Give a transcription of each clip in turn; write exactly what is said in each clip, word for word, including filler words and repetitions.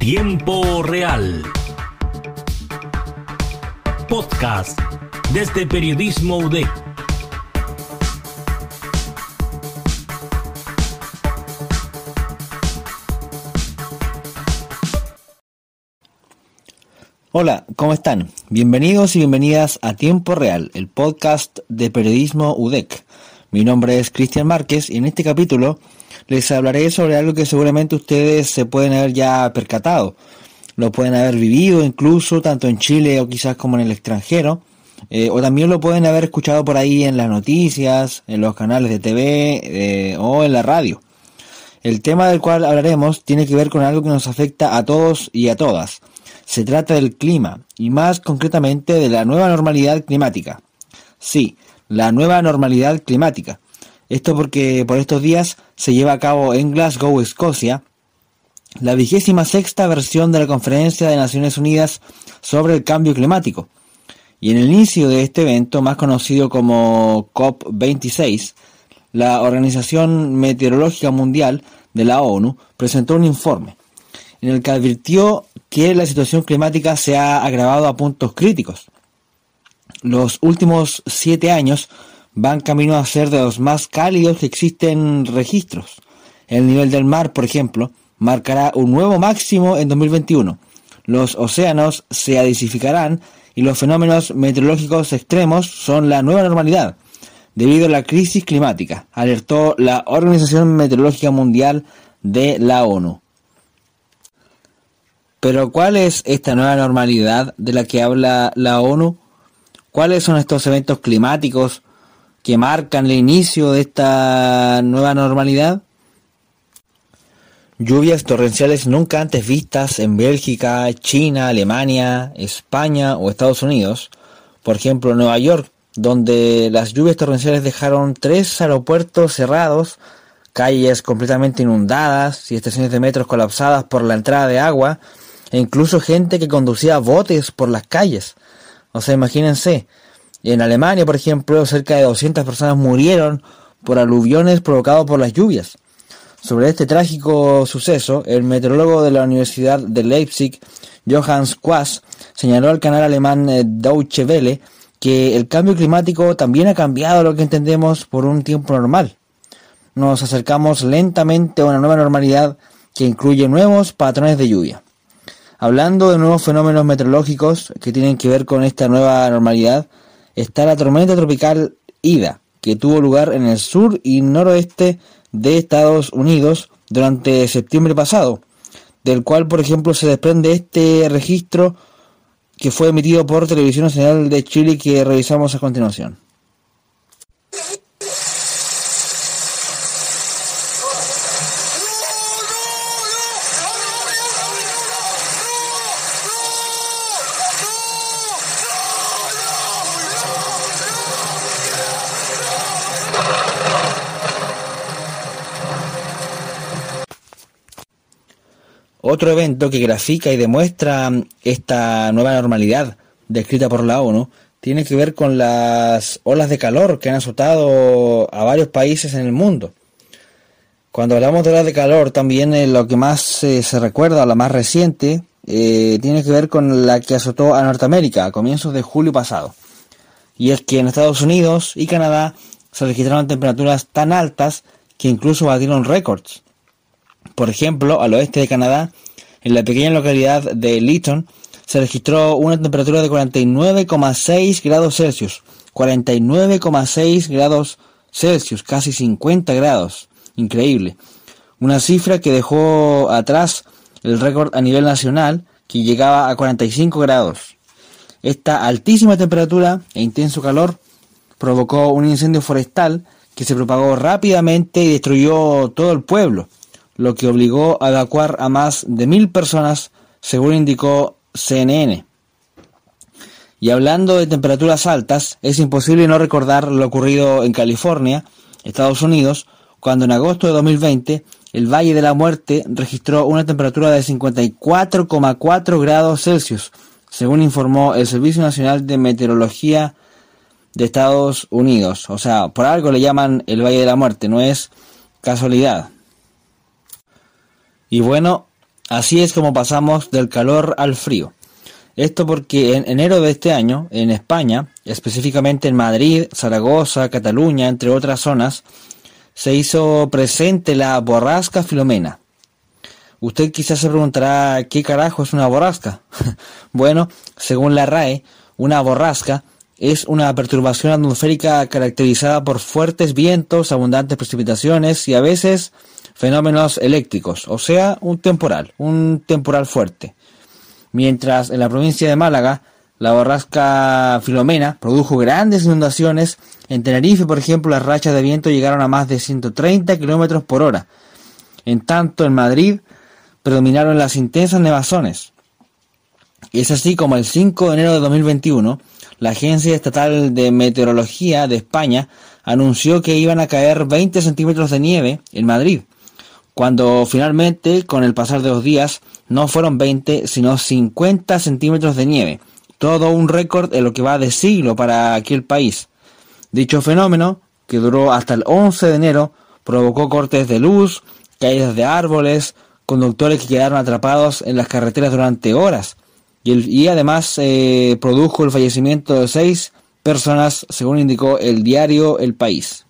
Tiempo Real. Podcast desde Periodismo U D E C. Hola, ¿cómo están? Bienvenidos y bienvenidas a Tiempo Real, el podcast de Periodismo U D E C. Mi nombre es Cristian Márquez y en este capítulo les hablaré sobre algo que seguramente ustedes se pueden haber ya percatado. Lo pueden haber vivido incluso tanto en Chile o quizás como en el extranjero. Eh, o también lo pueden haber escuchado por ahí en las noticias, en los canales de T V eh, o en la radio. El tema del cual hablaremos tiene que ver con algo que nos afecta a todos y a todas. Se trata del clima y más concretamente de la nueva normalidad climática. Sí, la nueva normalidad climática. Esto porque por estos días se lleva a cabo en Glasgow, Escocia, la vigésima sexta versión de la Conferencia de Naciones Unidas sobre el Cambio Climático. Y en el inicio de este evento, más conocido como COP veintiséis, la Organización Meteorológica Mundial de la ONU presentó un informe en el que advirtió que la situación climática se ha agravado a puntos críticos. Los últimos siete años van camino a ser de los más cálidos que existen registros. El nivel del mar, por ejemplo, marcará un nuevo máximo en dos mil veintiuno. Los océanos se acidificarán y los fenómenos meteorológicos extremos son la nueva normalidad debido a la crisis climática, alertó la Organización Meteorológica Mundial de la ONU. Pero ¿cuál es esta nueva normalidad de la que habla la ONU? ¿Cuáles son estos eventos climáticos que marcan el inicio de esta nueva normalidad? Lluvias torrenciales nunca antes vistas en Bélgica, China, Alemania, España o Estados Unidos. Por ejemplo, en Nueva York, donde las lluvias torrenciales dejaron tres aeropuertos cerrados, calles completamente inundadas y estaciones de metros colapsadas por la entrada de agua, e incluso gente que conducía botes por las calles. O sea, imagínense, en Alemania, por ejemplo, cerca de doscientas personas murieron por aluviones provocados por las lluvias. Sobre este trágico suceso, el meteorólogo de la Universidad de Leipzig, Johannes Quast, señaló al canal alemán Deutsche Welle que el cambio climático también ha cambiado lo que entendemos por un tiempo normal. Nos acercamos lentamente a una nueva normalidad que incluye nuevos patrones de lluvia. Hablando de nuevos fenómenos meteorológicos que tienen que ver con esta nueva normalidad, está la tormenta tropical Ida, que tuvo lugar en el sur y noroeste de Estados Unidos durante septiembre pasado, del cual, por ejemplo, se desprende este registro que fue emitido por Televisión Nacional de Chile que revisamos a continuación. Otro evento que grafica y demuestra esta nueva normalidad descrita por la ONU tiene que ver con las olas de calor que han azotado a varios países en el mundo. Cuando hablamos de olas de calor, también eh, lo que más eh, se recuerda, la más reciente, eh, tiene que ver con la que azotó a Norteamérica a comienzos de julio pasado. Y es que en Estados Unidos y Canadá se registraron temperaturas tan altas que incluso batieron récords. Por ejemplo, al oeste de Canadá, en la pequeña localidad de Lytton, se registró una temperatura de cuarenta y nueve coma seis grados Celsius. cuarenta y nueve coma seis grados Celsius, casi cincuenta grados. Increíble. Una cifra que dejó atrás el récord a nivel nacional, que llegaba a cuarenta y cinco grados. Esta altísima temperatura e intenso calor provocó un incendio forestal que se propagó rápidamente y destruyó todo el pueblo, lo que obligó a evacuar a más de mil personas, según indicó C N N. Y hablando de temperaturas altas, es imposible no recordar lo ocurrido en California, Estados Unidos, cuando en agosto de dos mil veinte el Valle de la Muerte registró una temperatura de cincuenta y cuatro coma cuatro grados Celsius, según informó el Servicio Nacional de Meteorología de Estados Unidos. O sea, por algo le llaman el Valle de la Muerte, no es casualidad. Y bueno, Así es como pasamos del calor al frío. Esto porque en enero de este año, en España, específicamente en Madrid, Zaragoza, Cataluña, entre otras zonas, se hizo presente la borrasca Filomena. Usted quizás se preguntará, ¿qué carajo es una borrasca? Bueno, según la R A E, una borrasca es una perturbación atmosférica caracterizada por fuertes vientos, abundantes precipitaciones y a veces fenómenos eléctricos, o sea, un temporal, un temporal fuerte. Mientras en la provincia de Málaga, la borrasca Filomena produjo grandes inundaciones. En Tenerife, por ejemplo, las rachas de viento llegaron a más de ciento treinta kilómetros por hora. En tanto, en Madrid predominaron las intensas nevazones. Es así como el cinco de enero de dos mil veintiuno, la Agencia Estatal de Meteorología de España anunció que iban a caer veinte centímetros de nieve en Madrid, cuando finalmente, con el pasar de los días, no fueron veinte, sino cincuenta centímetros de nieve. Todo un récord en lo que va de siglo para aquel país. Dicho fenómeno, que duró hasta el once de enero, provocó cortes de luz, caídas de árboles, conductores que quedaron atrapados en las carreteras durante horas, y, el, y además eh, produjo el fallecimiento de seis personas, según indicó el diario El País.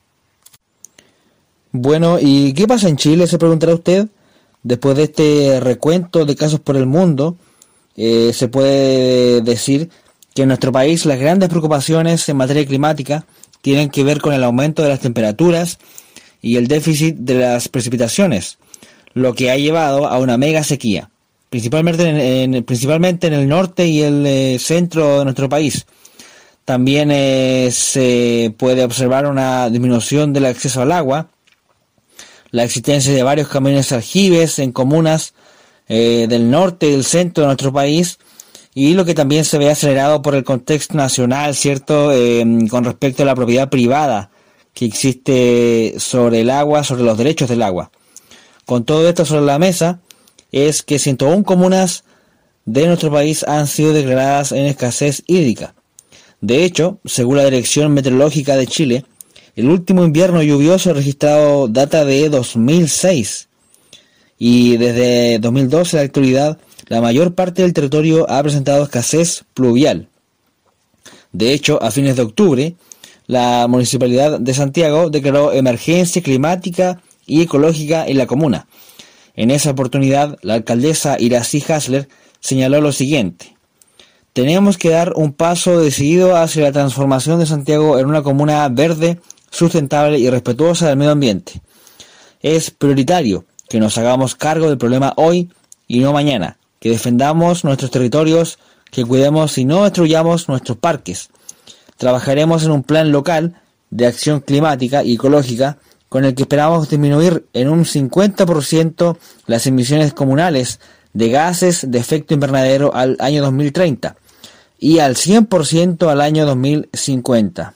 Bueno, ¿y qué pasa en Chile?, se preguntará usted. Después de este recuento de casos por el mundo, eh, se puede decir que en nuestro país las grandes preocupaciones en materia climática tienen que ver con el aumento de las temperaturas y el déficit de las precipitaciones, lo que ha llevado a una mega sequía, principalmente en, en, principalmente en el norte y el eh, centro de nuestro país. También eh, se puede observar una disminución del acceso al agua, la existencia de varios camiones aljibes en comunas eh, del norte y del centro de nuestro país, y lo que también se ve acelerado por el contexto nacional, ¿cierto?, eh, con respecto a la propiedad privada que existe sobre el agua, sobre los derechos del agua. Con todo esto sobre la mesa, es que ciento una comunas de nuestro país han sido declaradas en escasez hídrica. De hecho, según la Dirección Meteorológica de Chile, el último invierno lluvioso registrado data de dos mil seis, y desde dos mil doce a la actualidad la mayor parte del territorio ha presentado escasez pluvial. De hecho, a fines de octubre, la Municipalidad de Santiago declaró emergencia climática y ecológica en la comuna. En esa oportunidad, la alcaldesa Iracy Hasler señaló lo siguiente: tenemos que dar un paso decidido hacia la transformación de Santiago en una comuna verde, sustentable y respetuosa del medio ambiente. Es prioritario que nos hagamos cargo del problema hoy y no mañana, que defendamos nuestros territorios, que cuidemos y no destruyamos nuestros parques. Trabajaremos en un plan local de acción climática y ecológica con el que esperamos disminuir en un cincuenta por ciento las emisiones comunales de gases de efecto invernadero al año dos mil treinta y al cien por ciento al año dos mil cincuenta.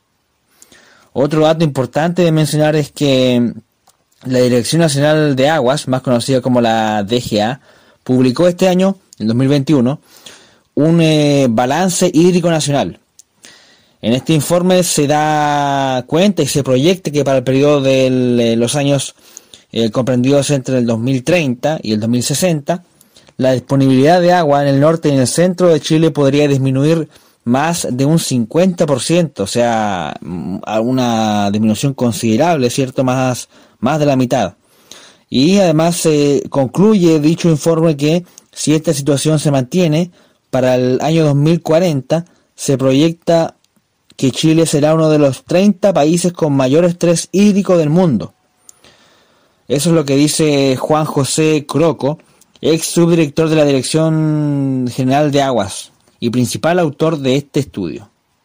Otro dato importante de mencionar es que la Dirección Nacional de Aguas, más conocida como la D G A, publicó este año, en dos mil veintiuno, un eh, balance hídrico nacional. En este informe se da cuenta y se proyecta que para el periodo de eh, los años eh, comprendidos entre el dos mil treinta y el dos mil sesenta, la disponibilidad de agua en el norte y en el centro de Chile podría disminuir más de un cincuenta por ciento, o sea, una disminución considerable, ¿cierto? Más, más de la mitad. Y además se eh, concluye dicho informe que si esta situación se mantiene, para el año dos mil cuarenta se proyecta que Chile será uno de los treinta países con mayor estrés hídrico del mundo. Eso es lo que dice Juan José Croco, ex subdirector de la Dirección General de Aguas y principal autor de este estudio.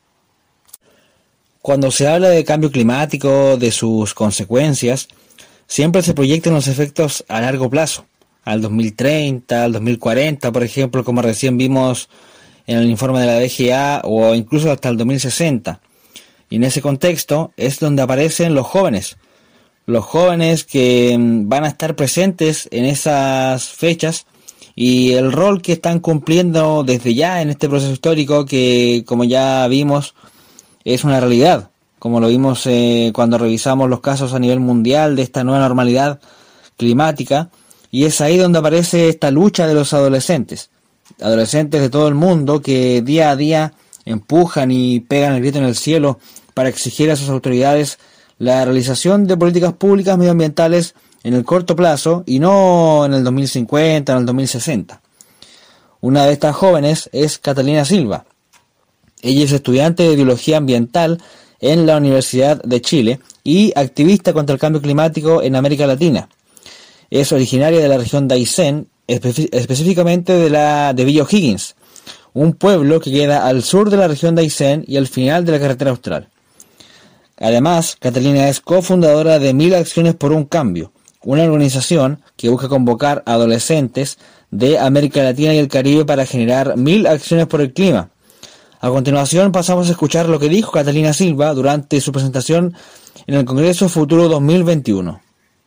Cuando se habla de cambio climático, de sus consecuencias, siempre se proyectan los efectos a largo plazo, al dos mil treinta, al dos mil cuarenta, por ejemplo, como recién vimos en el informe de la D G A, o incluso hasta el dos mil sesenta. Y en ese contexto es donde aparecen los jóvenes, los jóvenes que van a estar presentes en esas fechas y el rol que están cumpliendo desde ya en este proceso histórico que, como ya vimos, es una realidad, como lo vimos eh, cuando revisamos los casos a nivel mundial de esta nueva normalidad climática. Y es ahí donde aparece esta lucha de los adolescentes, adolescentes de todo el mundo que día a día empujan y pegan el grito en el cielo para exigir a sus autoridades la realización de políticas públicas medioambientales en el corto plazo y no en el dos mil cincuenta o en el dos mil sesenta. Una de estas jóvenes es Catalina Silva. Ella es estudiante de Biología Ambiental en la Universidad de Chile y activista contra el cambio climático en América Latina. Es originaria de la región de Aysén, espe- específicamente de la de Villa O'Higgins, un pueblo que queda al sur de la región de Aysén y al final de la carretera austral. Además, Catalina es cofundadora de Mil Acciones por un Cambio, una organización que busca convocar a adolescentes de América Latina y el Caribe para generar mil acciones por el clima. A continuación pasamos a escuchar lo que dijo Catalina Silva durante su presentación en el Congreso Futuro dos mil veintiuno.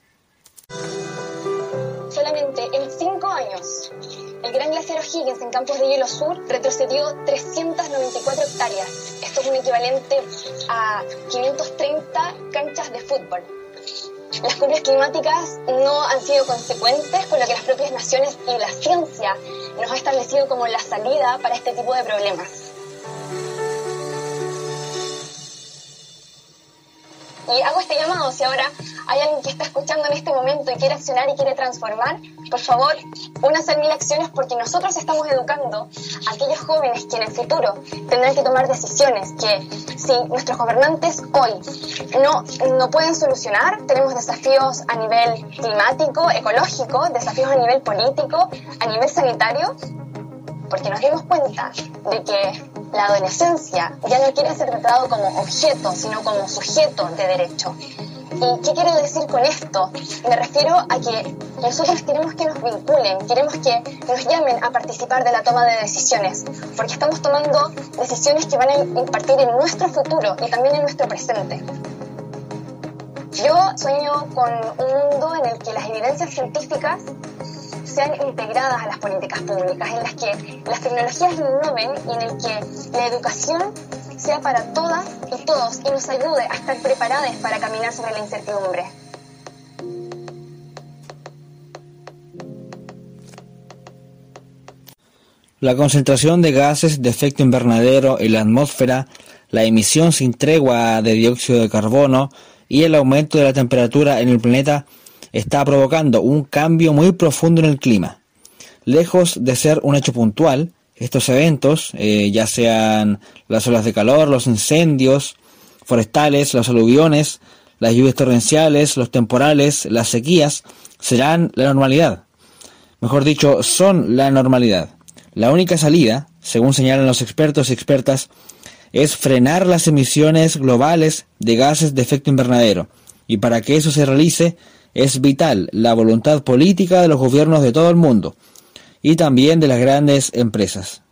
Solamente en cinco años, el Gran Glaciar O'Higgins en Campos de Hielo Sur retrocedió trescientas noventa y cuatro hectáreas. Esto es un equivalente a quinientas treinta canchas de fútbol. Las cambios climáticas no han sido consecuentes con lo que las propias naciones y la ciencia nos ha establecido como la salida para este tipo de problemas. Y hago este llamado, si ahora hay alguien que está escuchando en este momento y quiere accionar y quiere transformar, por favor, únanse a Mil Acciones, porque nosotros estamos educando a aquellos jóvenes que en el futuro tendrán que tomar decisiones que, si nuestros gobernantes hoy no, no pueden solucionar, tenemos desafíos a nivel climático, ecológico, desafíos a nivel político, a nivel sanitario, porque nos dimos cuenta de que la adolescencia ya no quiere ser tratado como objeto, sino como sujeto de derecho. ¿Y qué quiero decir con esto? Me refiero a que nosotros queremos que nos vinculen, queremos que nos llamen a participar de la toma de decisiones, porque estamos tomando decisiones que van a impartir en nuestro futuro y también en nuestro presente. Yo sueño con un mundo en el que las evidencias científicas sean integradas a las políticas públicas, en las que las tecnologías innoven y en el que la educación sea para todas y todos y nos ayude a estar preparados para caminar sobre la incertidumbre. La concentración de gases de efecto invernadero en la atmósfera, la emisión sin tregua de dióxido de carbono y el aumento de la temperatura en el planeta está provocando un cambio muy profundo en el clima. Lejos de ser un hecho puntual, estos eventos, eh, ya sean las olas de calor, los incendios forestales, los aluviones, las lluvias torrenciales, los temporales, las sequías, serán la normalidad. Mejor dicho, son la normalidad. La única salida, según señalan los expertos y expertas, es frenar las emisiones globales de gases de efecto invernadero. Y para que eso se realice, es vital la voluntad política de los gobiernos de todo el mundo y también de las grandes empresas.